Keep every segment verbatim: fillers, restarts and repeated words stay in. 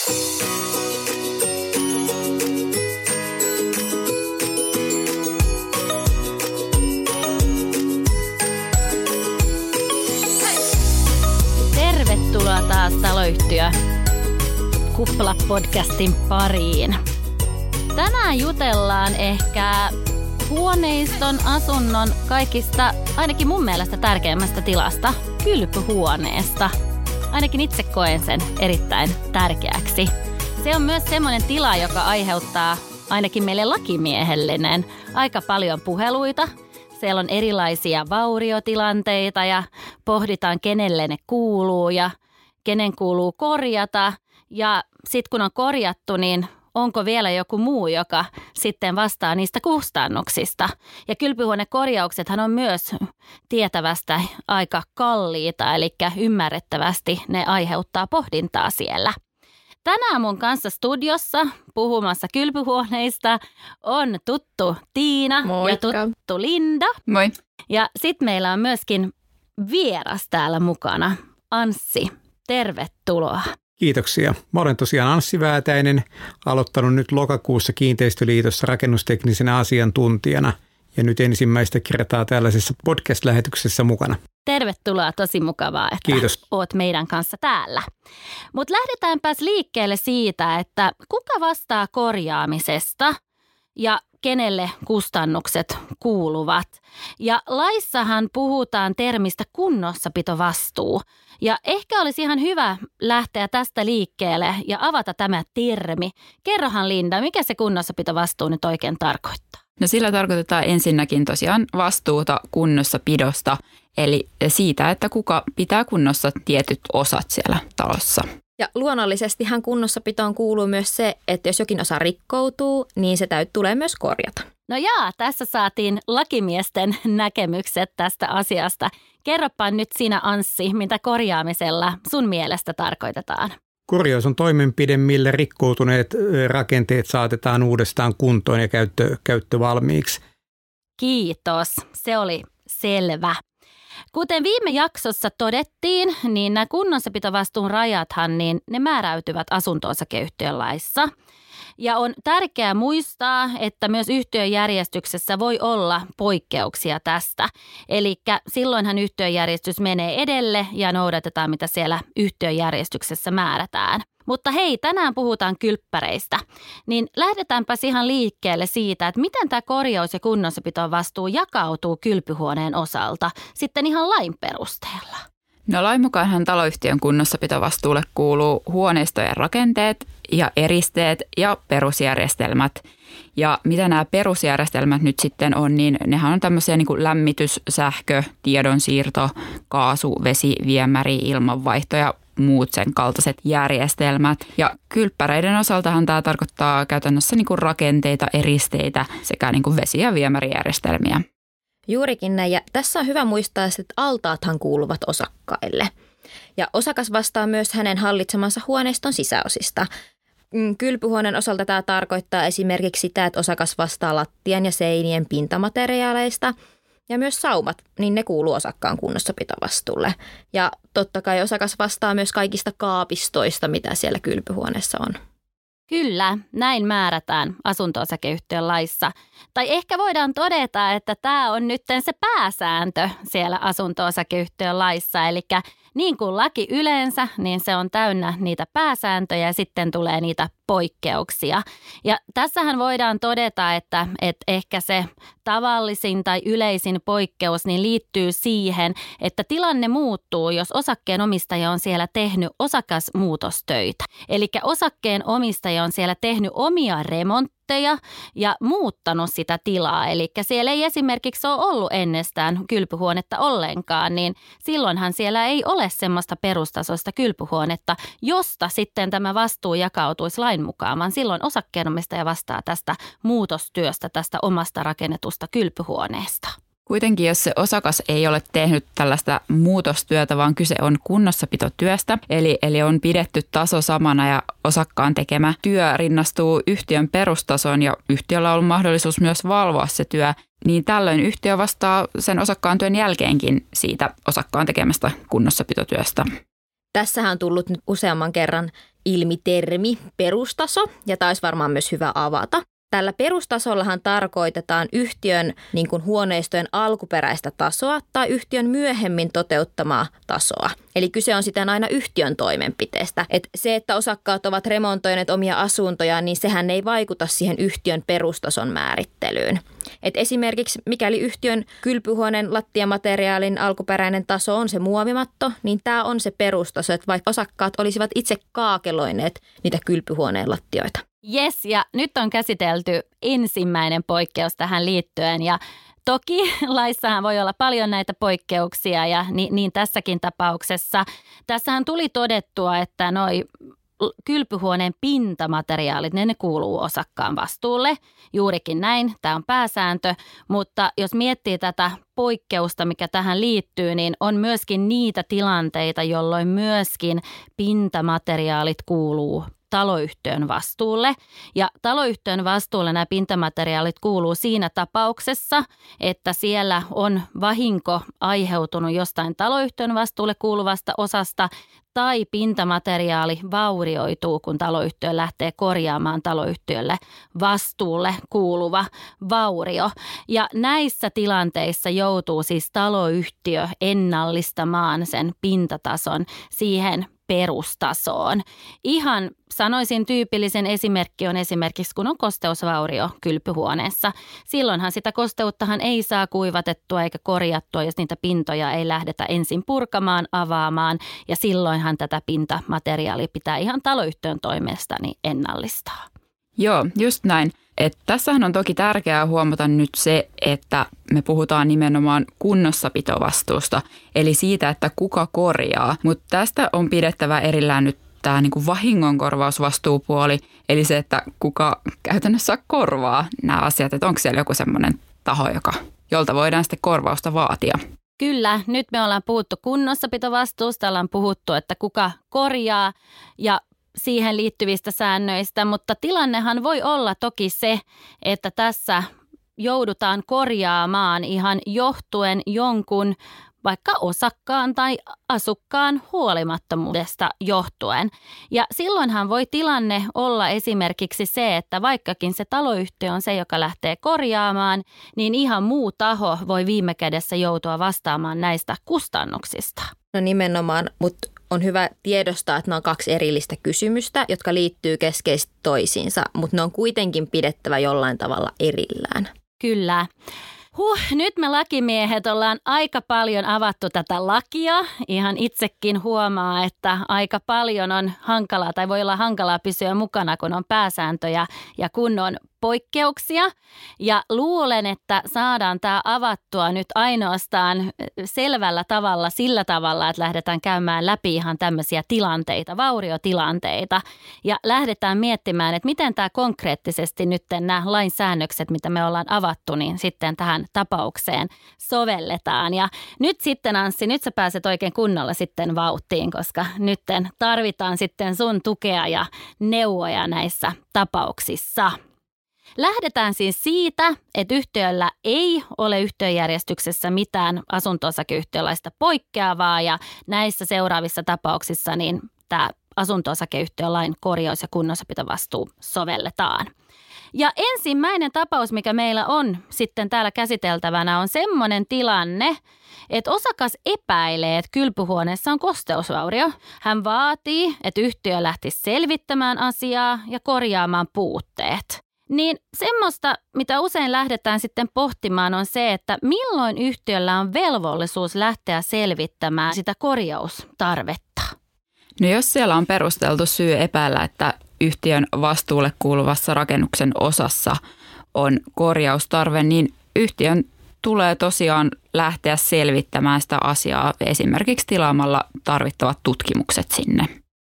Tervetuloa taas Taloyhtiö Kupla-podcastin pariin. Tänään jutellaan ehkä huoneiston, asunnon kaikista, ainakin mun mielestä tärkeimmästä tilasta, kylpyhuoneesta. Ainakin itse koen sen erittäin tärkeäksi. Se on myös semmoinen tila, joka aiheuttaa ainakin meille lakimiehellinen aika paljon puheluita. Siellä on erilaisia vauriotilanteita ja pohditaan, kenelle ne kuuluu ja kenen kuuluu korjata. Ja sitten kun on korjattu, niin onko vielä joku muu, joka sitten vastaa niistä kustannuksista. Ja kylpyhuonekorjauksethan on myös tietävästä aika kalliita, eli ymmärrettävästi ne aiheuttaa pohdintaa siellä. Tänään mun kanssa studiossa puhumassa kylpyhuoneista on tuttu Tiina. Moikka. Ja tuttu Linda. Moi. Ja sitten meillä on myöskin vieras täällä mukana, Anssi. Tervetuloa. Kiitoksia. Mä olen tosiaan Anssi Väätäinen, aloittanut nyt lokakuussa Kiinteistöliitossa rakennusteknisenä asiantuntijana ja nyt ensimmäistä kertaa tällaisessa podcast-lähetyksessä mukana. Tervetuloa, tosi mukavaa, että Kiitos. Oot meidän kanssa täällä. Mutta lähdetäänpäs liikkeelle siitä, että kuka vastaa korjaamisesta ja kenelle kustannukset kuuluvat. Ja laissahan puhutaan termistä kunnossapitovastuu. Ja ehkä olisi ihan hyvä lähteä tästä liikkeelle ja avata tämä termi. Kerrohan Linda, mikä se kunnossapitovastuu nyt oikein tarkoittaa? No sillä tarkoitetaan ensinnäkin tosiaan vastuuta kunnossapidosta, eli siitä, että kuka pitää kunnossa tietyt osat siellä talossa. Ja luonnollisestihan kunnossapitoon kuuluu myös se, että jos jokin osa rikkoutuu, niin se täytyy tulee myös korjata. No jaa, tässä saatiin lakimiesten näkemykset tästä asiasta. Kerropa nyt sinä, Anssi, mitä korjaamisella sun mielestä tarkoitetaan? Korjaus on toimenpide, millä rikkoutuneet rakenteet saatetaan uudestaan kuntoon ja käyttö, käyttövalmiiksi. Kiitos, se oli selvä. Kuten viime jaksossa todettiin, niin nämä kunnossapitovastuun rajathan, niin ne määräytyvät asunto-osakeyhtiön laissa. Ja on tärkeää muistaa, että myös yhtiöjärjestyksessä voi olla poikkeuksia tästä. Eli silloinhan yhtiöjärjestys menee edelle ja noudatetaan, mitä siellä yhtiöjärjestyksessä määrätään. Mutta hei, tänään puhutaan kylppäreistä, niin lähdetäänpäs ihan liikkeelle siitä, että miten tämä korjaus- ja kunnossapiton vastuu jakautuu kylpyhuoneen osalta sitten ihan lain perusteella. No lain mukaanhan taloyhtiön kunnossapitovastuulle kuuluu huoneistojen rakenteet ja eristeet ja perusjärjestelmät. Ja mitä nämä perusjärjestelmät nyt sitten on, niin nehän on tämmöisiä niin kuin lämmitys, sähkö, tiedonsiirto, kaasu, vesi, viemäri, ilmanvaihto ja muut sen kaltaiset järjestelmät. Ja kylppäreiden osaltahan tämä tarkoittaa käytännössä niin kuin rakenteita, eristeitä sekä niin kuin vesi- ja viemärijärjestelmiä. Juurikin näin, ja tässä on hyvä muistaa, että altaathan kuuluvat osakkaille. Ja osakas vastaa myös hänen hallitsemansa huoneiston sisäosista. Kylpyhuoneen osalta tämä tarkoittaa esimerkiksi sitä, että osakas vastaa lattian ja seinien pintamateriaaleista. Ja myös saumat, niin ne kuuluu osakkaan kunnossapitovastuulle. Ja totta kai osakas vastaa myös kaikista kaapistoista, mitä siellä kylpyhuoneessa on. Kyllä, näin määrätään asunto-osakeyhtiön laissa. Tai ehkä voidaan todeta, että tämä on nyt se pääsääntö siellä asunto-osakeyhtiön laissa. Eli niin kuin laki yleensä, niin se on täynnä niitä pääsääntöjä ja sitten tulee niitä poikkeuksia. Ja tässähän voidaan todeta, että, että ehkä se tavallisin tai yleisin poikkeus niin liittyy siihen, että tilanne muuttuu, jos osakkeenomistaja on siellä tehnyt osakasmuutostöitä. Eli osakkeenomistaja on siellä tehnyt omia remontteja ja muuttanut sitä tilaa. Eli siellä ei esimerkiksi ole ollut ennestään kylpyhuonetta ollenkaan, niin silloinhan siellä ei ole semmoista perustasoista kylpyhuonetta, josta sitten tämä vastuu jakautuisi lain mukaan, vaan silloin osakkeenomistaja vastaa tästä muutostyöstä, tästä omasta rakennetusta kylpyhuoneesta. Kuitenkin, jos se osakas ei ole tehnyt tällaista muutostyötä, vaan kyse on kunnossapitotyöstä, eli, eli on pidetty taso samana ja osakkaan tekemä työ rinnastuu yhtiön perustason ja yhtiöllä on ollut mahdollisuus myös valvoa se työ, niin tällöin yhtiö vastaa sen osakkaan työn jälkeenkin siitä osakkaan tekemästä kunnossapitotyöstä. Tässähän on tullut nyt useamman kerran ilmi termi perustaso, ja tämä olisi varmaan myös hyvä avata. Tällä perustasollahan tarkoitetaan yhtiön niin kuin huoneistojen alkuperäistä tasoa tai yhtiön myöhemmin toteuttamaa tasoa. Eli kyse on sitten aina yhtiön toimenpiteestä. Et se, että osakkaat ovat remontoineet omia asuntojaan, niin sehän ei vaikuta siihen yhtiön perustason määrittelyyn. Et esimerkiksi mikäli yhtiön kylpyhuoneen lattiamateriaalin alkuperäinen taso on se muovimatto, niin tämä on se perustaso, että vaikka osakkaat olisivat itse kaakeloineet niitä kylpyhuoneen lattioita. Jes, ja nyt on käsitelty ensimmäinen poikkeus tähän liittyen, ja toki laissahan voi olla paljon näitä poikkeuksia, ja niin, niin tässäkin tapauksessa. Tässähän tuli todettua, että noi kylpyhuoneen pintamateriaalit, ne, ne kuuluu osakkaan vastuulle. Juurikin näin, tämä on pääsääntö, mutta jos miettii tätä poikkeusta, mikä tähän liittyy, niin on myöskin niitä tilanteita, jolloin myöskin pintamateriaalit kuuluu taloyhtiön vastuulle. Ja taloyhtiön vastuulle nämä pintamateriaalit kuuluu siinä tapauksessa, että siellä on vahinko aiheutunut jostain taloyhtiön vastuulle kuuluvasta osasta tai pintamateriaali vaurioituu, kun taloyhtiö lähtee korjaamaan taloyhtiölle vastuulle kuuluva vaurio. Ja näissä tilanteissa joutuu siis taloyhtiö ennallistamaan sen pintatason siihen perustasoon. Ihan sanoisin tyypillisen esimerkki on esimerkiksi, kun on kosteusvaurio kylpyhuoneessa. Silloinhan sitä kosteuttahan ei saa kuivatettua eikä korjattua, jos niitä pintoja ei lähdetä ensin purkamaan, avaamaan. Ja silloinhan tätä pintamateriaalia pitää ihan taloyhtiön toimesta niin ennallistaa. Joo, just näin. Et tässähän on toki tärkeää huomata nyt se, että me puhutaan nimenomaan kunnossapitovastuusta, eli siitä, että kuka korjaa. Mutta tästä on pidettävä erillään nyt tämä niinku vahingonkorvausvastuupuoli, eli se, että kuka käytännössä korvaa nämä asiat, että onko siellä joku semmoinen taho, joka, jolta voidaan sitten korvausta vaatia. Kyllä, nyt me ollaan puhuttu kunnossapitovastuusta, ollaan puhuttu, että kuka korjaa ja siihen liittyvistä säännöistä, mutta tilannehan voi olla toki se, että tässä joudutaan korjaamaan ihan johtuen jonkun vaikka osakkaan tai asukkaan huolimattomuudesta johtuen. Ja silloinhan voi tilanne olla esimerkiksi se, että vaikkakin se taloyhtiö on se, joka lähtee korjaamaan, niin ihan muu taho voi viime kädessä joutua vastaamaan näistä kustannuksista. No nimenomaan, mutta on hyvä tiedostaa, että nämä on kaksi erillistä kysymystä, jotka liittyy keskeisesti toisiinsa, mutta ne on kuitenkin pidettävä jollain tavalla erillään. Kyllä. Huh, nyt me lakimiehet ollaan aika paljon avattu tätä lakia. Ihan itsekin huomaa, että aika paljon on hankalaa tai voi olla hankalaa pysyä mukana, kun on pääsääntöjä ja kun on poikkeuksia. Ja luulen, että saadaan tämä avattua nyt ainoastaan selvällä tavalla sillä tavalla, että lähdetään käymään läpi ihan tämmöisiä tilanteita, vauriotilanteita. Ja lähdetään miettimään, että miten tämä konkreettisesti nyt nämä lainsäännökset, mitä me ollaan avattu, niin sitten tähän tapaukseen sovelletaan. Ja nyt sitten Anssi, nyt sä pääset oikein kunnolla sitten vauhtiin, koska nyt tarvitaan sitten sun tukea ja neuvoja näissä tapauksissa. Lähdetään siis siitä, että yhtiöllä ei ole yhtiöjärjestyksessä mitään asunto-osakeyhtiölaista poikkeavaa ja näissä seuraavissa tapauksissa niin tämä asunto-osakeyhtiölain korjaus- ja kunnossapitovastuu sovelletaan. Ja ensimmäinen tapaus, mikä meillä on sitten täällä käsiteltävänä, on semmoinen tilanne, että osakas epäilee, että kylpyhuoneessa on kosteusvaurio. Hän vaatii, että yhtiö lähtisi selvittämään asiaa ja korjaamaan puutteet. Niin semmoista, mitä usein lähdetään sitten pohtimaan, on se, että milloin yhtiöllä on velvollisuus lähteä selvittämään sitä korjaustarvetta. No jos siellä on perusteltu syy epäillä, että yhtiön vastuulle kuuluvassa rakennuksen osassa on korjaustarve, niin yhtiön tulee tosiaan lähteä selvittämään sitä asiaa esimerkiksi tilaamalla tarvittavat tutkimukset sinne.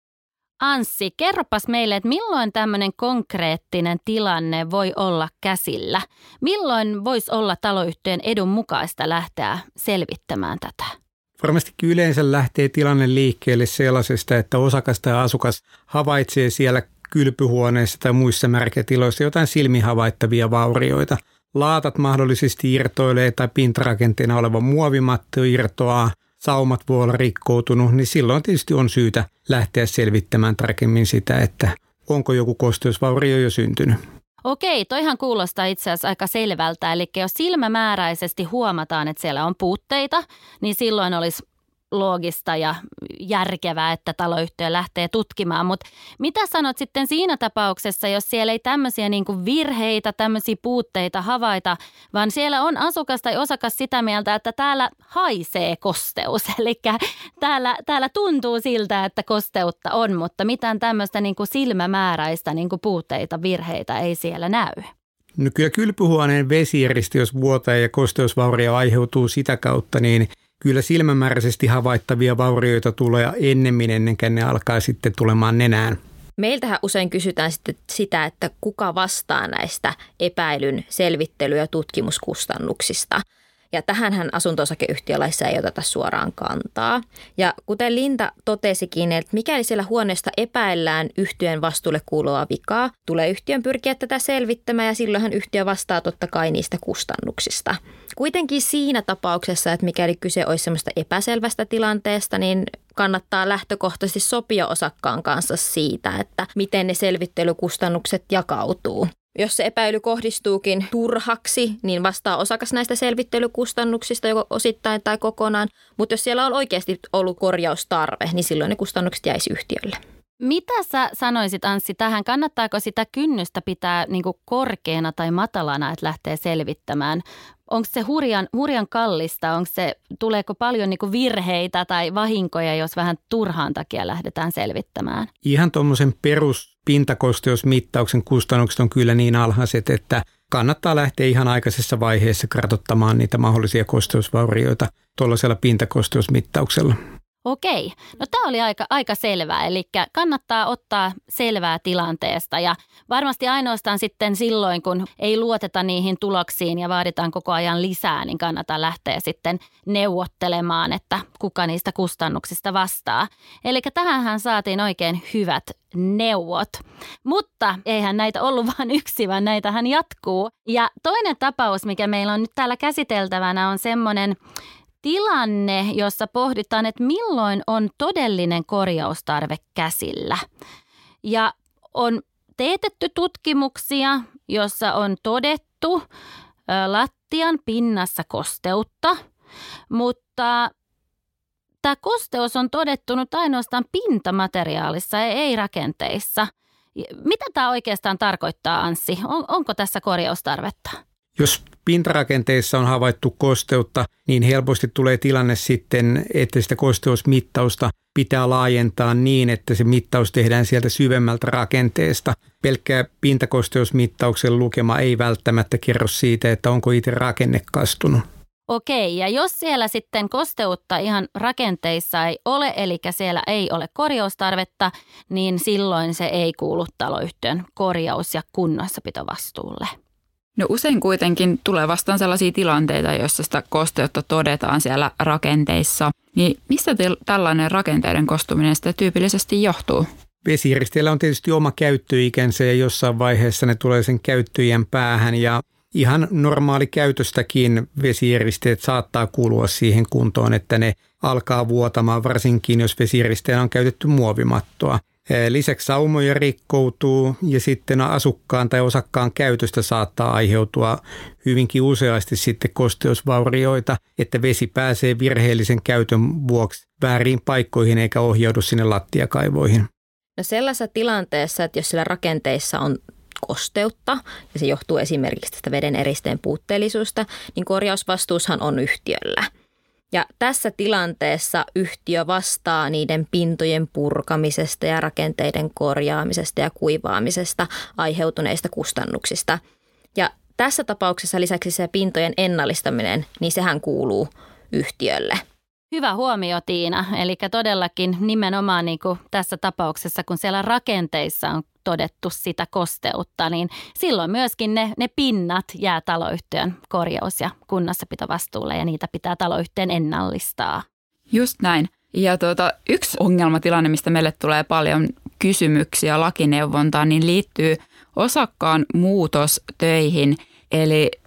Anssi, kerropas meille, että milloin tämmöinen konkreettinen tilanne voi olla käsillä? Milloin voisi olla taloyhtiön edun mukaista lähteä selvittämään tätä? Varmasti yleensä lähtee tilanne liikkeelle sellaisesta, että osakas tai asukas havaitsee siellä kylpyhuoneessa tai muissa märkätiloissa jotain silmihavaittavia vaurioita. Laatat mahdollisesti irtoilee tai pintarakenteena oleva muovimatto irtoaa. saumat voi olla rikkoutunut, niin silloin tietysti on syytä lähteä selvittämään tarkemmin sitä, että onko joku kosteusvaurio jo syntynyt. Okei, toihan kuulostaa itse asiassa aika selvältä. Eli jos silmämääräisesti huomataan, että siellä on puutteita, niin silloin olisi loogista ja järkevää, että taloyhtiö lähtee tutkimaan. Mutta mitä sanot sitten siinä tapauksessa, jos siellä ei tämmöisiä niin kuin virheitä, tämmöisiä puutteita havaita, vaan siellä on asukas tai osakas sitä mieltä, että täällä haisee kosteus. Eli täällä, täällä tuntuu siltä, että kosteutta on, mutta mitään tämmöistä niin kuin silmämääräistä niin kuin puutteita, virheitä ei siellä näy. No kyllä kylpyhuoneen vesieristö, jos vuotaa ja kosteusvaurio aiheutuu sitä kautta, niin kyllä silmämääräisesti havaittavia vaurioita tulee ennemmin ennen kuin ne alkaa sitten tulemaan nenään. Meiltähän usein kysytään sitten sitä, että kuka vastaa näistä epäilyn selvittely- ja tutkimuskustannuksista. Ja tähänhän asunto-osakeyhtiölaissa ei oteta suoraan kantaa. Ja kuten Linda totesikin, että mikäli siellä huoneesta epäillään yhtiön vastuulle kuuluvaa vikaa, tulee yhtiön pyrkiä tätä selvittämään ja silloinhan yhtiö vastaa totta kai niistä kustannuksista. Kuitenkin siinä tapauksessa, että mikäli kyse olisi semmoista epäselvästä tilanteesta, niin kannattaa lähtökohtaisesti sopia osakkaan kanssa siitä, että miten ne selvittelykustannukset jakautuu. Jos se epäily kohdistuukin turhaksi, niin vastaa osakas näistä selvittelykustannuksista joko osittain tai kokonaan. Mutta jos siellä on oikeasti ollut korjaustarve, niin silloin ne kustannukset jäisi yhtiölle. Mitä sä sanoisit, Anssi, tähän? Kannattaako sitä kynnystä pitää niin kuin korkeana tai matalana, että lähtee selvittämään? Onko se hurjan, hurjan kallista? Onko se, tuleeko paljon niin kuin virheitä tai vahinkoja, jos vähän turhaan takia lähdetään selvittämään? Ihan tuommoisen peruspintakosteusmittauksen kustannukset on kyllä niin alhaiset, että kannattaa lähteä ihan aikaisessa vaiheessa kartoittamaan niitä mahdollisia kosteusvaurioita tuollaisella pintakosteusmittauksella. Okei, no tämä oli aika, aika selvää, eli kannattaa ottaa selvää tilanteesta ja varmasti ainoastaan sitten silloin, kun ei luoteta niihin tuloksiin ja vaaditaan koko ajan lisää, niin kannattaa lähteä sitten neuvottelemaan, että kuka niistä kustannuksista vastaa. Eli tähänhän saatiin oikein hyvät neuvot, mutta eihän näitä ollut vain yksi, vaan näitähän jatkuu. Ja toinen tapaus, mikä meillä on nyt täällä käsiteltävänä, on semmoinen tilanne, jossa pohditaan, että milloin on todellinen korjaustarve käsillä. Ja on teetetty tutkimuksia, jossa on todettu lattian pinnassa kosteutta, mutta tämä kosteus on todettunut ainoastaan pintamateriaalissa ja ei rakenteissa. Mitä tämä oikeastaan tarkoittaa, Anssi? On, onko tässä korjaustarvetta? Jos pintarakenteissa on havaittu kosteutta, niin helposti tulee tilanne sitten, että sitä kosteusmittausta pitää laajentaa niin, että se mittaus tehdään sieltä syvemmältä rakenteesta. Pelkkä pintakosteusmittauksen lukema ei välttämättä kerro siitä, että onko itse rakenne kastunut. Okei, ja jos siellä sitten kosteutta ihan rakenteissa ei ole, eli siellä ei ole korjaustarvetta, niin silloin se ei kuulu taloyhtiön korjaus- ja kunnossapitovastuulle. No usein kuitenkin tulee vastaan sellaisia tilanteita, joissa sitä kosteutta todetaan siellä rakenteissa. Niin mistä til- tällainen rakenteiden kostuminen sitten tyypillisesti johtuu? Vesijärjestelmillä on tietysti oma käyttöikänsä ja jossain vaiheessa ne tulee sen käyttöiän päähän ja ihan normaali käytöstäkin vesijärjestäjät saattaa kuulua siihen kuntoon, että ne alkaa vuotamaan, varsinkin jos vesijärjestäjänä on käytetty muovimattoa. Lisäksi saumoja rikkoutuu ja sitten asukkaan tai osakkaan käytöstä saattaa aiheutua hyvinkin useasti sitten kosteusvaurioita, että vesi pääsee virheellisen käytön vuoksi vääriin paikkoihin eikä ohjaudu sinne lattiakaivoihin. No sellaisessa tilanteessa, että jos siellä rakenteissa on kosteutta ja se johtuu esimerkiksi tästä veden eristeen puutteellisuudesta, niin korjausvastuushan on yhtiöllä. Ja tässä tilanteessa yhtiö vastaa niiden pintojen purkamisesta ja rakenteiden korjaamisesta ja kuivaamisesta aiheutuneista kustannuksista. Ja tässä tapauksessa lisäksi se pintojen ennallistaminen, niin sehän kuuluu yhtiölle. Hyvä huomio, Tiina. Eli todellakin nimenomaan niin kuin tässä tapauksessa, kun siellä rakenteissa on todettu sitä kosteutta, niin silloin myöskin ne, ne pinnat jää taloyhtiön korjaus- ja kunnossapitovastuulle ja niitä pitää taloyhtiön ennallistaa. Just näin. Ja tuota, yksi ongelmatilanne, mistä meille tulee paljon kysymyksiä lakineuvontaan, niin liittyy osakkaan muutostöihin. Eli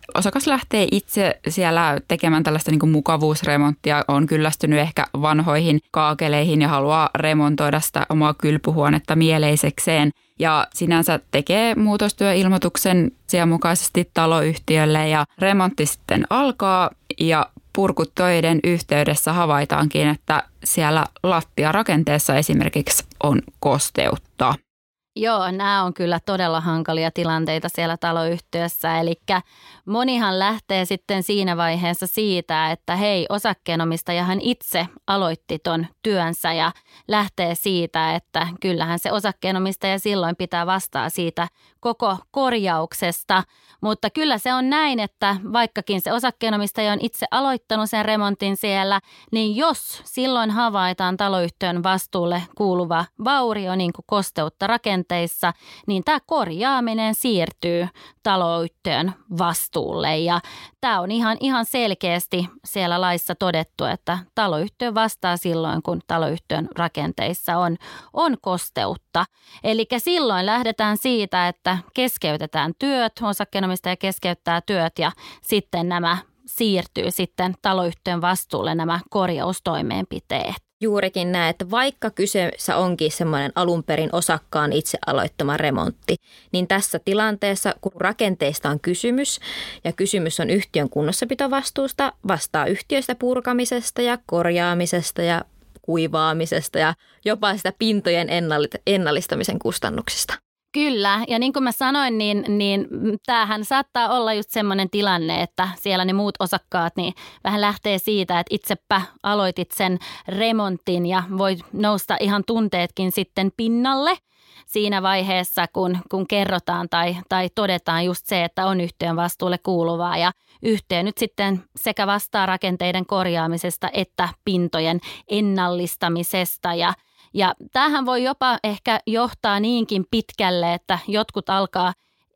osakas lähtee itse siellä tekemään tällaista niin kuin mukavuusremonttia, on kyllästynyt ehkä vanhoihin kaakeleihin ja haluaa remontoida sitä omaa kylpyhuonetta mieleisekseen. Ja sinänsä tekee muutostyöilmoituksen sen mukaisesti taloyhtiölle ja remontti sitten alkaa ja purkutöiden yhteydessä havaitaankin, että siellä lattiarakenteessa esimerkiksi on kosteutta. Joo, nämä on kyllä todella hankalia tilanteita siellä taloyhtiössä, eli monihan lähtee sitten siinä vaiheessa siitä, että hei, osakkeenomistajahan itse aloitti ton työnsä ja lähtee siitä, että kyllähän se osakkeenomistaja silloin pitää vastaa siitä koko korjauksesta, mutta kyllä se on näin, että vaikkakin se osakkeenomistaja on itse aloittanut sen remontin siellä, niin jos silloin havaitaan taloyhtiön vastuulle kuuluva vaurio, niin kuin kosteutta rakenteissa, niin tämä korjaaminen siirtyy taloyhtiön vastuulle ja tämä on ihan, ihan selkeästi siellä laissa todettu, että taloyhtiö vastaa silloin, kun taloyhtiön rakenteissa on, on kosteutta. Eli silloin lähdetään siitä, että keskeytetään työt, osakkeenomistaja keskeyttää työt ja sitten nämä siirtyy sitten taloyhtiön vastuulle nämä korjaustoimeenpiteet. Juurikin näin, että vaikka kyseessä onkin semmoinen alun perin osakkaan itse aloittama remontti, niin tässä tilanteessa, kun rakenteista on kysymys ja kysymys on yhtiön kunnossapitovastuusta, vastaa yhtiöstä purkamisesta ja korjaamisesta ja kuivaamisesta ja jopa sitä pintojen ennallistamisen kustannuksista. Kyllä, ja niin kuin mä sanoin, niin, niin tämähän saattaa olla just semmoinen tilanne, että siellä ne muut osakkaat niin vähän lähtee siitä, että itsepä aloitit sen remontin ja voi nousta ihan tunteetkin sitten pinnalle siinä vaiheessa, kun, kun kerrotaan tai, tai todetaan just se, että on yhtiön vastuulle kuuluvaa ja yhtiö nyt sitten sekä vastaa rakenteiden korjaamisesta että pintojen ennallistamisesta ja Ja tämähän voi jopa ehkä johtaa niinkin pitkälle, että jotkut alkaa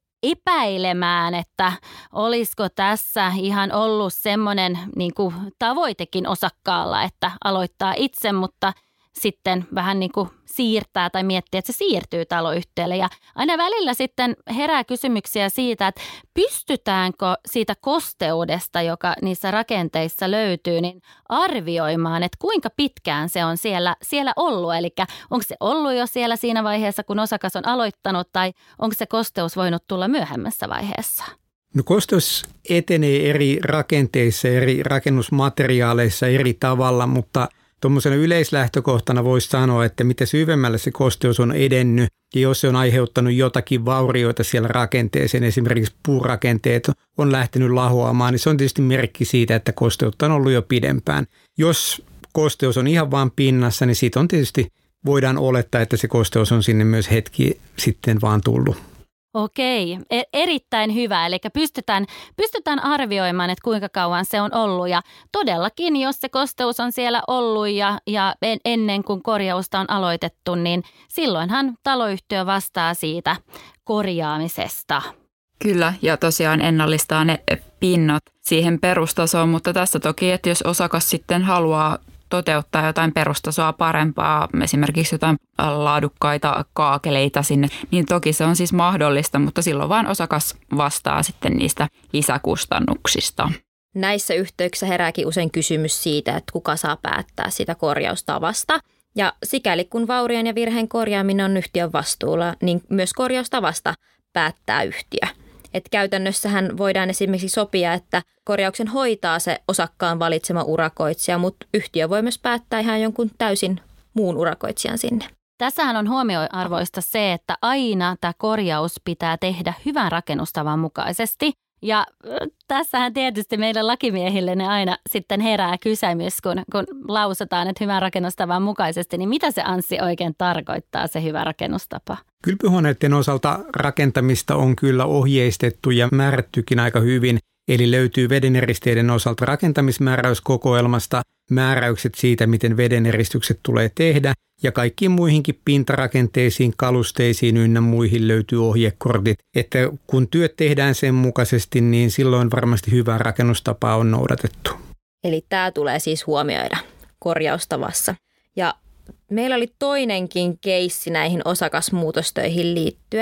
epäilemään, että olisiko tässä ihan ollut semmoinen niin kuin tavoitekin osakkaalla, että aloittaa itse, mutta sitten vähän niin kuin siirtää tai miettiä, että se siirtyy taloyhtiölle. Ja aina välillä sitten herää kysymyksiä siitä, että pystytäänkö siitä kosteudesta, joka niissä rakenteissa löytyy, niin arvioimaan, että kuinka pitkään se on siellä, siellä ollut. Eli onko se ollut jo siellä siinä vaiheessa, kun osakas on aloittanut, tai onko se kosteus voinut tulla myöhemmässä vaiheessa? No kosteus etenee eri rakenteissa, eri rakennusmateriaaleissa eri tavalla, mutta tuommoisena yleislähtökohtana voisi sanoa, että mitä syvemmälle se kosteus on edennyt ja jos se on aiheuttanut jotakin vaurioita siellä rakenteeseen, esimerkiksi puurakenteet on lähtenyt lahoamaan, niin se on tietysti merkki siitä, että kosteutta on ollut jo pidempään. Jos kosteus on ihan vaan pinnassa, niin siitä on tietysti, voidaan olettaa, että se kosteus on sinne myös hetki sitten vaan tullut. Okei, e- erittäin hyvä. Eli pystytään, pystytään arvioimaan, että kuinka kauan se on ollut ja todellakin, jos se kosteus on siellä ollut ja, ja en, ennen kuin korjausta on aloitettu, niin silloinhan taloyhtiö vastaa siitä korjaamisesta. Kyllä, ja tosiaan ennallistaa ne pinnat siihen perustasoon, mutta tässä toki, että jos osakas sitten haluaa toteuttaa jotain perustasoa parempaa, esimerkiksi jotain laadukkaita kaakeleita sinne, niin toki se on siis mahdollista, mutta silloin vaan osakas vastaa sitten niistä lisäkustannuksista. Näissä yhteyksissä herääkin usein kysymys siitä, että kuka saa päättää sitä korjaustavasta. Ja sikäli kun vaurion ja virheen korjaaminen on yhtiön vastuulla, niin myös korjaustavasta päättää yhtiö. Et käytännössähän voidaan esimerkiksi sopia, että korjauksen hoitaa se osakkaan valitsema urakoitsija, mutta yhtiö voi myös päättää ihan jonkun täysin muun urakoitsijan sinne. Tässähän on huomioarvoista se, että aina tämä korjaus pitää tehdä hyvän rakennustavan mukaisesti. Ja tässähän tietysti meidän lakimiehille ne aina sitten herää kysymys, kun, kun lausutaan, että hyvän rakennustavan mukaisesti, niin mitä se Anssi oikein tarkoittaa, se hyvä rakennustapa? Kylpyhuoneiden osalta rakentamista on kyllä ohjeistettu ja määrättykin aika hyvin. Eli löytyy vedeneristeiden osalta rakentamismääräyskokoelmasta määräykset siitä, miten vedeneristykset tulee tehdä. Ja kaikkiin muihinkin pintarakenteisiin, kalusteisiin ynnä muihin löytyy ohjekortit. Että kun työt tehdään sen mukaisesti, niin silloin varmasti hyvää rakennustapaa on noudatettu. Eli tämä tulee siis huomioida korjaustavassa. Ja meillä oli toinenkin keissi näihin osakasmuutostöihin liittyen.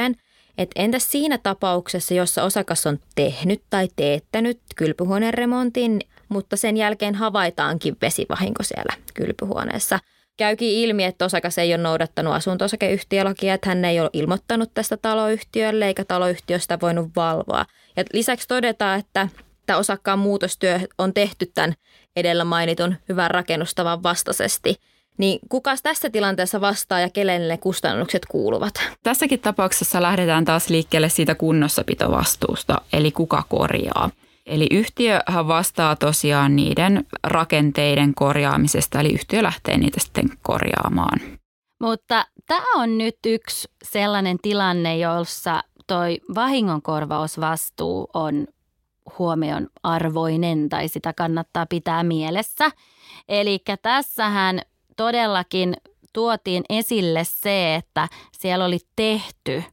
Et entäs siinä tapauksessa, jossa osakas on tehnyt tai teettänyt kylpyhuoneen remontin, mutta sen jälkeen havaitaankin vesivahinko siellä kylpyhuoneessa. Käykin ilmi, että osakas ei ole noudattanut asunto-osakeyhtiölakia, että hän ei ole ilmoittanut tästä taloyhtiölle eikä taloyhtiö sitä voinut valvoa. Ja lisäksi todetaan, että tämä osakkaan muutostyö on tehty tämän edellä mainitun hyvän rakennustavan vastaisesti. Niin kukas tässä tilanteessa vastaa ja kenelle ne kustannukset kuuluvat? Tässäkin tapauksessa lähdetään taas liikkeelle siitä kunnossapitovastuusta, eli kuka korjaa. Eli yhtiöhän vastaa tosiaan niiden rakenteiden korjaamisesta, eli yhtiö lähtee niitä sitten korjaamaan. Mutta tämä on nyt yksi sellainen tilanne, jossa toi vahingonkorvausvastuu on huomion arvoinen tai sitä kannattaa pitää mielessä. Eli tässähän todellakin tuotiin esille se, että siellä oli tehty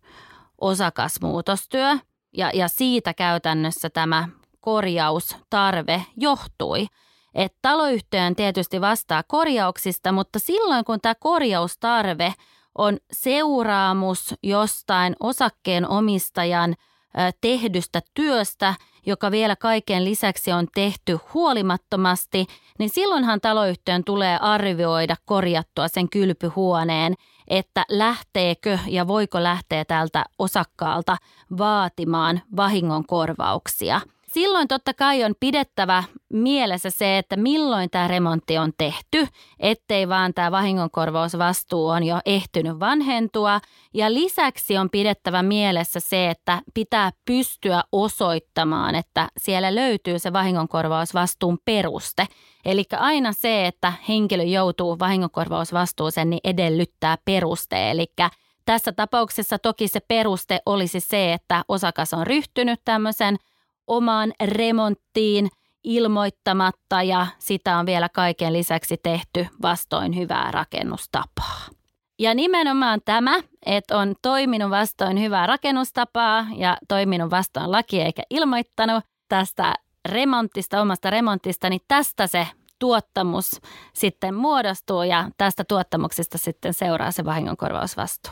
osakasmuutostyö ja, ja siitä käytännössä tämä korjaustarve johtui. Että taloyhtiön tietysti vastaa korjauksista, mutta silloin kun tämä korjaustarve on seuraamus jostain osakkeen omistajan tehdystä työstä, joka vielä kaiken lisäksi on tehty huolimattomasti, niin silloinhan taloyhtiön tulee arvioida korjattua sen kylpyhuoneen, että lähteekö ja voiko lähteä tältä osakkaalta vaatimaan vahingonkorvauksia. Silloin totta kai on pidettävä mielessä se, että milloin tämä remontti on tehty, ettei vaan tämä vahingonkorvausvastuu on jo ehtynyt vanhentua. Ja lisäksi on pidettävä mielessä se, että pitää pystyä osoittamaan, että siellä löytyy se vahingonkorvausvastuun peruste. Eli aina se, että henkilö joutuu vahingonkorvausvastuuseen, niin edellyttää peruste. Eli tässä tapauksessa toki se peruste olisi se, että osakas on ryhtynyt tämmöisen omaan remonttiin ilmoittamatta ja sitä on vielä kaiken lisäksi tehty vastoin hyvää rakennustapaa. Ja nimenomaan tämä, että on toiminut vastoin hyvää rakennustapaa ja toiminut vastoin lakia eikä ilmoittanut tästä remontista, omasta remontista, niin tästä se tuottamus sitten muodostuu ja tästä tuottamuksesta sitten seuraa se vahingonkorvausvastuu.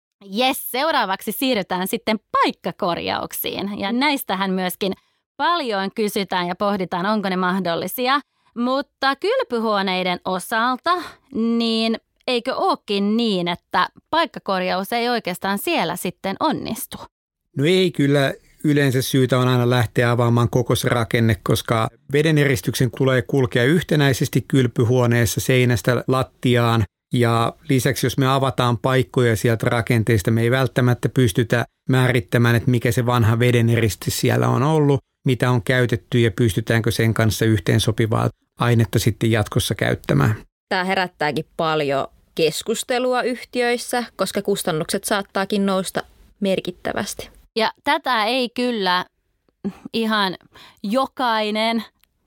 Jes, seuraavaksi siirrytään sitten paikkakorjauksiin ja näistähän myöskin paljon kysytään ja pohditaan, onko ne mahdollisia. Mutta kylpyhuoneiden osalta, niin eikö olekin niin, että paikkakorjaus ei oikeastaan siellä sitten onnistu? No ei kyllä. Yleensä syytä on aina lähteä avaamaan koko se rakenne, koska vedeneristyksen tulee kulkea yhtenäisesti kylpyhuoneessa seinästä lattiaan. Ja lisäksi, jos me avataan paikkoja sieltä rakenteista, me ei välttämättä pystytä määrittämään, että mikä se vanha vedeneristys siellä on ollut, mitä on käytetty ja pystytäänkö sen kanssa yhteensopivaa ainetta sitten jatkossa käyttämään. Tämä herättääkin paljon keskustelua yhtiöissä, koska kustannukset saattaakin nousta merkittävästi. Ja tätä ei kyllä ihan jokainen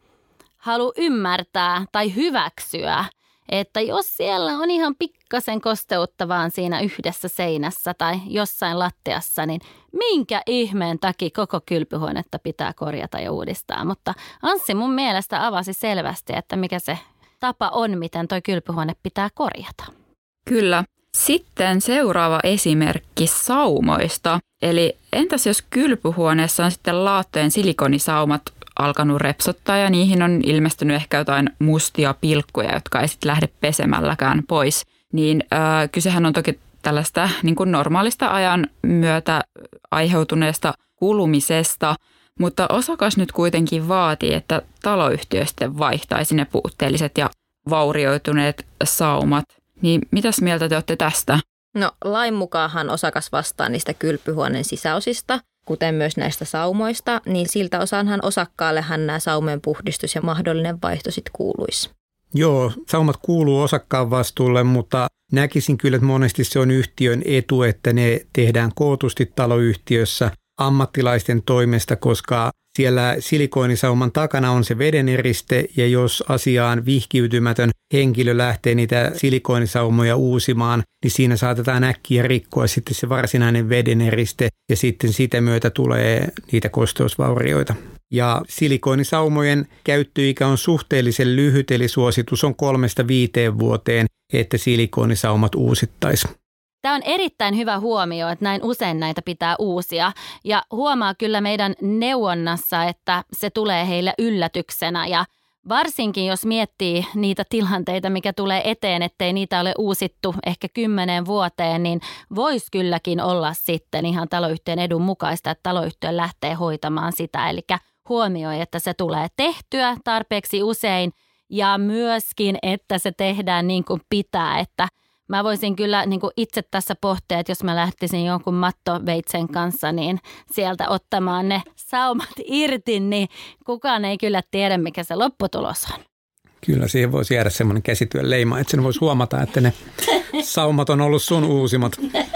halua ymmärtää tai hyväksyä. Että jos siellä on ihan pikkasen kosteutta vaan siinä yhdessä seinässä tai jossain lattiassa, niin minkä ihmeen takia koko kylpyhuonetta pitää korjata ja uudistaa. Mutta Anssi mun mielestä avasi selvästi, että mikä se tapa on, miten toi kylpyhuone pitää korjata. Kyllä. Sitten seuraava esimerkki saumoista. Eli entäs jos kylpyhuoneessa on sitten laattojen silikonisaumat alkanut repsottaa ja niihin on ilmestynyt ehkä jotain mustia pilkkuja, jotka ei sitten lähde pesemälläkään pois. Niin äh, kysehän on toki tällaista niin kuin normaalista ajan myötä aiheutuneesta kulumisesta, mutta osakas nyt kuitenkin vaatii, että taloyhtiö sitten vaihtaisi ne puutteelliset ja vaurioituneet saumat. Niin mitäs mieltä te olette tästä? No lain mukaanhan osakas vastaa niistä kylpyhuoneen sisäosista, kuten myös näistä saumoista, niin siltä osanhan osakkaallehan nämä saumojen puhdistus ja mahdollinen vaihto sitten kuuluisi. Joo, saumat kuuluu osakkaan vastuulle, mutta näkisin kyllä, että monesti se on yhtiön etu, että ne tehdään kootusti taloyhtiössä ammattilaisten toimesta, koska siellä silikoinisauman takana on se vedeneriste ja jos asiaan vihkiytymätön henkilö lähtee niitä silikoinisaumoja uusimaan, niin siinä saatetaan äkkiä rikkoa sitten se varsinainen vedeneriste ja sitten sitä myötä tulee niitä kosteusvaurioita. Ja silikoinisaumojen käyttöikä on suhteellisen lyhyt, eli suositus on kolmesta viiteen vuoteen, että silikoinisaumat uusittaisiin. Tämä on erittäin hyvä huomio, että näin usein näitä pitää uusia. Ja huomaa kyllä meidän neuvonnassa, että se tulee heille yllätyksenä. Ja varsinkin jos miettii niitä tilanteita, mikä tulee eteen, ettei niitä ole uusittu ehkä kymmeneen vuoteen, niin voisi kylläkin olla sitten ihan taloyhtiön edun mukaista, että taloyhtiö lähtee hoitamaan sitä. Eli huomioi, että se tulee tehtyä tarpeeksi usein ja myöskin, että se tehdään niin kuin pitää, että mä voisin kyllä niin kuin itse tässä pohtia, että jos mä lähtisin jonkun mattoveitsen kanssa, niin sieltä ottamaan ne saumat irti, niin kukaan ei kyllä tiedä, mikä se lopputulos on. Kyllä siihen voisi jäädä semmoinen käsityön leima, että sen voisi huomata, että ne saumat on ollut sun uusimmat.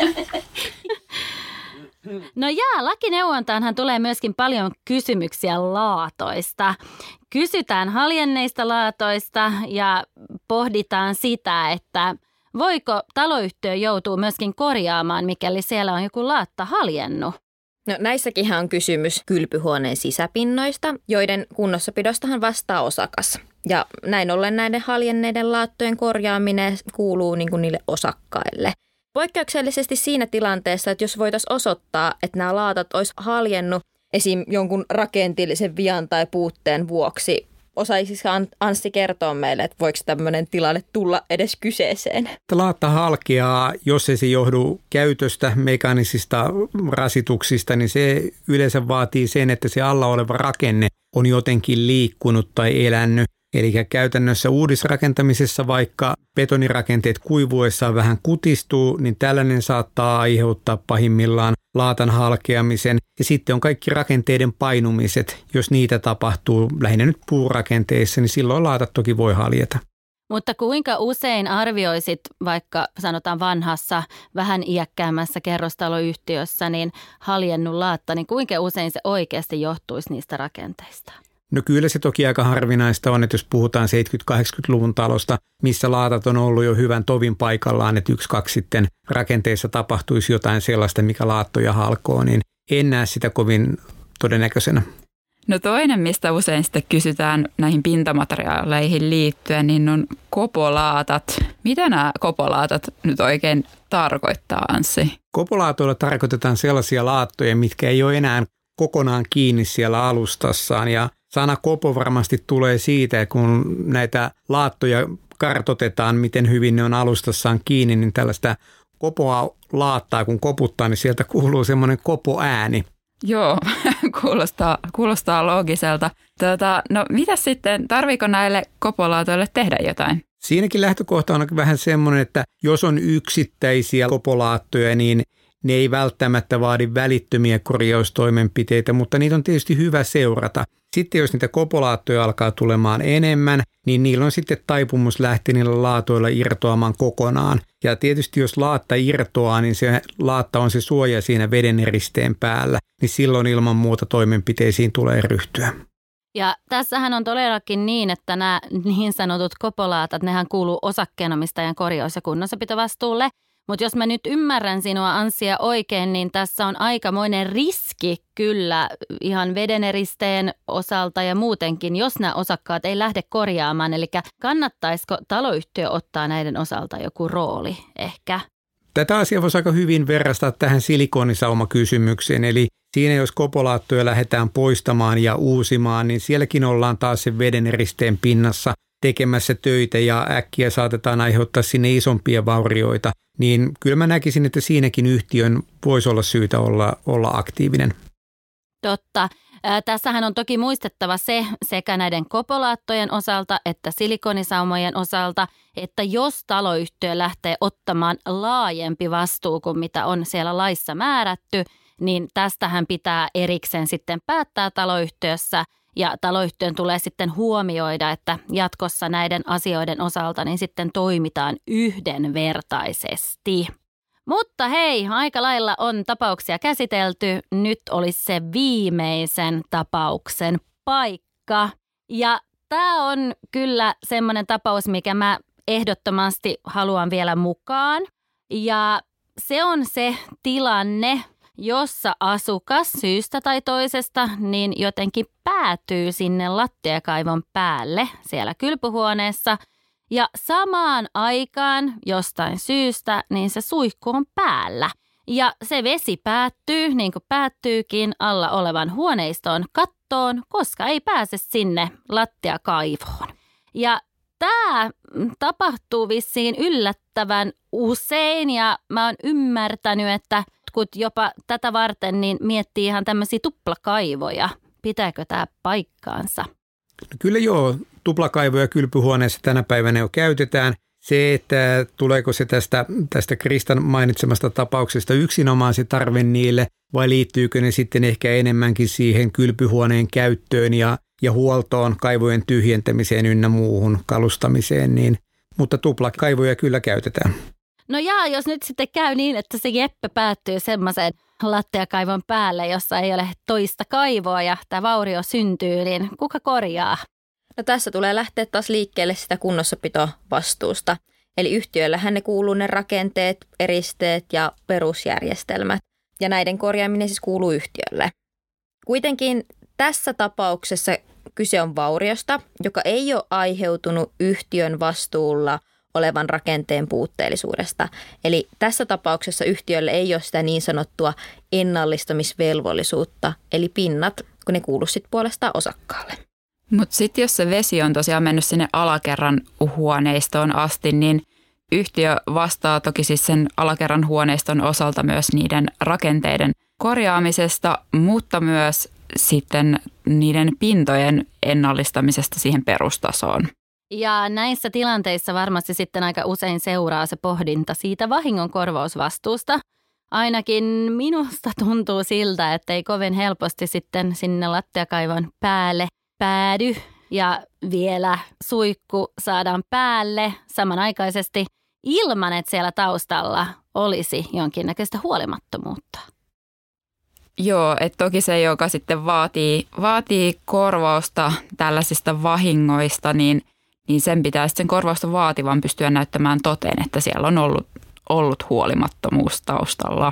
No jaa, lakineuvontaanhan tulee myöskin paljon kysymyksiä laatoista. Kysytään haljenneista laatoista ja pohditaan sitä, että voiko taloyhtiö joutua myöskin korjaamaan, mikäli siellä on joku laatta haljennut? No näissäkinhän on kysymys kylpyhuoneen sisäpinnoista, joiden kunnossapidostahan vastaa osakas. Ja näin ollen näiden haljenneiden laattojen korjaaminen kuuluu niin kuin niille osakkaille. Poikkeuksellisesti siinä tilanteessa, että jos voitaisiin osoittaa, että nämä laatat olisi haljennut esim. Jonkun rakenteellisen vian tai puutteen vuoksi, osaisiko Anssi kertoa meille, että voiko tämmöinen tilanne tulla edes kyseeseen? Laatta halkeaa, jos ei se johdu käytöstä, mekaanisista rasituksista, niin se yleensä vaatii sen, että se alla oleva rakenne on jotenkin liikkunut tai elänyt. Eli käytännössä uudisrakentamisessa, vaikka betonirakenteet kuivuessaan vähän kutistuu, niin tällainen saattaa aiheuttaa pahimmillaan laatan halkeamisen. Ja sitten on kaikki rakenteiden painumiset. Jos niitä tapahtuu lähinnä nyt puurakenteissa, niin silloin laatat toki voi haljeta. Mutta kuinka usein arvioisit vaikka sanotaan vanhassa, vähän iäkkäämmässä kerrostaloyhtiössä, niin haljennut laatta, niin kuinka usein se oikeasti johtuisi niistä rakenteista? No kyllä se toki aika harvinaista on, että jos puhutaan seitsemänkymmentä-kahdeksankymmentäluvun talosta, missä laatat on ollut jo hyvän tovin paikallaan, että yksi, kaksi sitten rakenteessa tapahtuisi jotain sellaista, mikä laattoja halkoo, niin en näe sitä kovin todennäköisenä. No toinen, mistä usein sitten kysytään näihin pintamateriaaleihin liittyen, niin on kopolaatat. Mitä nämä kopolaatat nyt oikein tarkoittaa, Anssi? Kopolaatoilla tarkoitetaan sellaisia laattoja, mitkä ei ole enää kokonaan kiinni siellä alustassaan, ja sana kopo varmasti tulee siitä, kun näitä laattoja kartotetaan, miten hyvin ne on alustassaan kiinni, niin tällaista kopoa laattaa, kun koputtaa, niin sieltä kuuluu semmoinen kopoääni. Joo, kuulostaa, kuulostaa loogiselta. Tuota, no mitä sitten, tarviiko näille kopolaatoille tehdä jotain? Siinäkin lähtökohta on vähän semmoinen, että jos on yksittäisiä kopolaattoja, niin ne ei välttämättä vaadi välittömiä korjaustoimenpiteitä, mutta niitä on tietysti hyvä seurata. Sitten jos niitä kopolaattoja alkaa tulemaan enemmän, niin niillä on sitten taipumus lähteä niillä laatoilla irtoamaan kokonaan. Ja tietysti jos laatta irtoaa, niin se laatta on se suoja siinä veden eristeen päällä, niin silloin ilman muuta toimenpiteisiin tulee ryhtyä. Ja tässähän on todellakin niin, että nämä niin sanotut kopolaatat, nehän kuuluu osakkeenomistajan korjaus- ja kunnossapitovastuulle. Mutta jos mä nyt ymmärrän sinua, Anssia, oikein, niin tässä on aikamoinen riski kyllä ihan vedeneristeen osalta ja muutenkin, jos nämä osakkaat ei lähde korjaamaan. Eli kannattaisiko taloyhtiö ottaa näiden osalta joku rooli ehkä? Tätä asiaa voisi aika hyvin verrastaa tähän silikonisaumakysymykseen. Eli siinä jos kopolaattoja lähdetään poistamaan ja uusimaan, niin sielläkin ollaan taas sen vedeneristeen pinnassa tekemässä töitä ja äkkiä saatetaan aiheuttaa sinne isompia vaurioita. Niin kyllä mä näkisin, että siinäkin yhtiön voisi olla syytä olla, olla aktiivinen. Totta. Tässähän on toki muistettava se sekä näiden kopolaattojen osalta että silikonisaumojen osalta, että jos taloyhtiö lähtee ottamaan laajempi vastuu kuin mitä on siellä laissa määrätty, niin tästähän pitää erikseen sitten päättää taloyhtiössä. Ja taloyhtiön tulee sitten huomioida, että jatkossa näiden asioiden osalta niin sitten toimitaan yhdenvertaisesti. Mutta hei, aika lailla on tapauksia käsitelty. Nyt olisi se viimeisen tapauksen paikka. Ja tämä on kyllä semmoinen tapaus, mikä mä ehdottomasti haluan vielä mukaan. Ja se on se tilanne, jossa asukas syystä tai toisesta niin jotenkin päätyy sinne lattiakaivon päälle siellä kylpyhuoneessa Ja samaan aikaan jostain syystä niin se suihku on päällä. Ja se vesi päättyy, niin kuin päättyykin, alla olevan huoneiston kattoon, koska ei pääse sinne lattiakaivoon. Ja tämä tapahtuu vissiin yllättävän usein ja mä oon ymmärtänyt, että kun jopa tätä varten niin miettii ihan tämmöisiä tuplakaivoja. Pitääkö tämä paikkaansa? Kyllä joo, tuplakaivoja kylpyhuoneessa tänä päivänä jo käytetään. Se, että tuleeko se tästä, tästä Kristan mainitsemasta tapauksesta yksinomaan se tarve niille vai liittyykö ne sitten ehkä enemmänkin siihen kylpyhuoneen käyttöön ja, ja huoltoon, kaivojen tyhjentämiseen ynnä muuhun kalustamiseen, niin, mutta tuplakaivoja kyllä käytetään. No jaa, jos nyt sitten käy niin, että se jeppe päättyy semmoiseen lattiakaivon päälle, jossa ei ole toista kaivoa ja tämä vaurio syntyy, niin kuka korjaa? No tässä tulee lähteä taas liikkeelle sitä kunnossapitovastuusta. Eli yhtiöillähän ne kuuluu ne rakenteet, eristeet ja perusjärjestelmät. Ja näiden korjaaminen siis kuuluu yhtiölle. Kuitenkin tässä tapauksessa kyse on vauriosta, joka ei ole aiheutunut yhtiön vastuulla olevan rakenteen puutteellisuudesta. Eli tässä tapauksessa yhtiölle ei ole sitä niin sanottua ennallistamisvelvollisuutta, eli pinnat, kun ne kuuluu sitten puolestaan osakkaalle. Mutta sitten jos se vesi on tosiaan mennyt sinne alakerran huoneistoon asti, niin yhtiö vastaa toki siis sen alakerran huoneiston osalta myös niiden rakenteiden korjaamisesta, mutta myös sitten niiden pintojen ennallistamisesta siihen perustasoon. Ja näissä tilanteissa varmasti sitten aika usein seuraa se pohdinta siitä vahingonkorvausvastuusta. Ainakin minusta tuntuu siltä, että ei kovin helposti sitten sinne lattiakaivon päälle päädy ja vielä suihku saadaan päälle samanaikaisesti ilman, että siellä taustalla olisi jonkinnäköistä huolimattomuutta. Joo, että toki se, joka sitten vaatii, vaatii korvausta tällaisista vahingoista, niin, niin sen pitää sitten sen korvausta vaativan pystyä näyttämään toteen, että siellä on ollut, ollut huolimattomuus taustalla.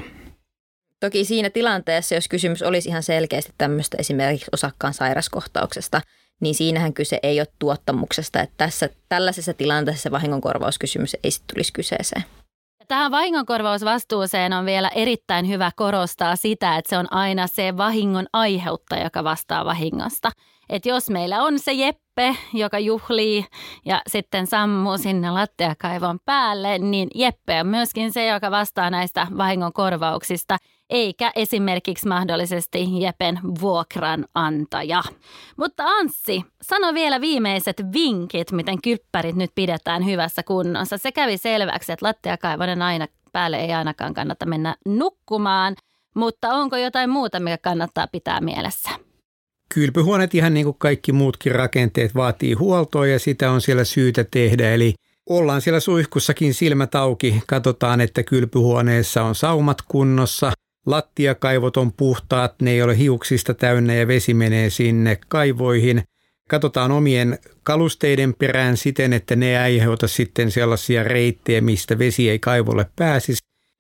Toki siinä tilanteessa, jos kysymys olisi ihan selkeästi tämmöistä esimerkiksi osakkaan sairaskohtauksesta, niin siinähän kyse ei ole tuottamuksesta, että tässä, tällaisessa tilanteessa vahingonkorvauskysymys ei sitten tulisi kyseeseen. Tähän vahingonkorvausvastuuseen on vielä erittäin hyvä korostaa sitä, että se on aina se vahingon aiheuttaja, joka vastaa vahingosta. Että jos meillä on se Jeppe, joka juhlii ja sitten sammuu sinne lattiakaivon päälle, niin Jeppe on myöskin se, joka vastaa näistä vahingonkorvauksista, eikä esimerkiksi mahdollisesti Jepen vuokranantaja. Mutta Anssi, sano vielä viimeiset vinkit, miten kylppärit nyt pidetään hyvässä kunnossa. Se kävi selväksi, että lattiakaivonen aina päälle ei ainakaan kannata mennä nukkumaan, mutta onko jotain muuta, mikä kannattaa pitää mielessä? Kylpyhuoneet ihan niin kuin kaikki muutkin rakenteet vaatii huoltoa ja sitä on siellä syytä tehdä. Eli ollaan siellä suihkussakin silmät auki, katsotaan, että kylpyhuoneessa on saumat kunnossa, lattiakaivot on puhtaat, ne ei ole hiuksista täynnä ja vesi menee sinne kaivoihin. Katsotaan omien kalusteiden perään siten, että ne ei aiheuta sitten sellaisia reittejä, mistä vesi ei kaivolle pääsisi.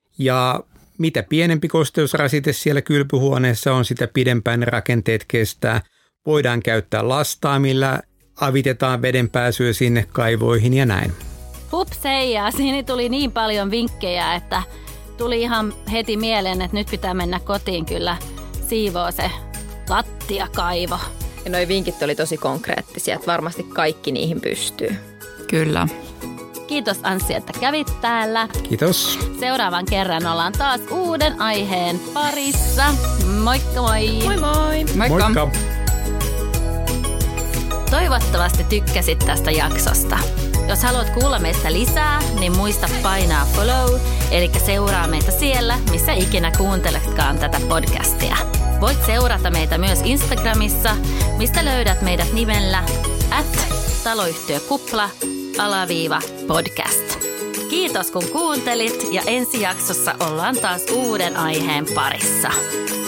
Ja mitä pienempi kosteusrasite siellä kylpyhuoneessa on, sitä pidempään ne rakenteet kestää. Voidaan käyttää lastaa, millä avitetaan veden pääsyä sinne kaivoihin ja näin. Hups heijaa, siinä tuli niin paljon vinkkejä, että tuli ihan heti mieleen, että nyt pitää mennä kotiin kyllä siivoo se lattiakaivo. Ja noi vinkit oli tosi konkreettisia, että varmasti kaikki niihin pystyy. Kyllä. Kiitos Anssi, että kävit täällä. Kiitos. Seuraavan kerran ollaan taas uuden aiheen parissa. Moikka moi! Moi moi! Moikka! Moikka. Toivottavasti tykkäsit tästä jaksosta. Jos haluat kuulla meistä lisää, niin muista painaa follow, eli seuraa meitä siellä, missä ikinä kuunteletkaan tätä podcastia. Voit seurata meitä myös Instagramissa, mistä löydät meidät nimellä at taloyhtiökupla alaviiva podcast. Kiitos kun kuuntelit ja ensi jaksossa ollaan taas uuden aiheen parissa.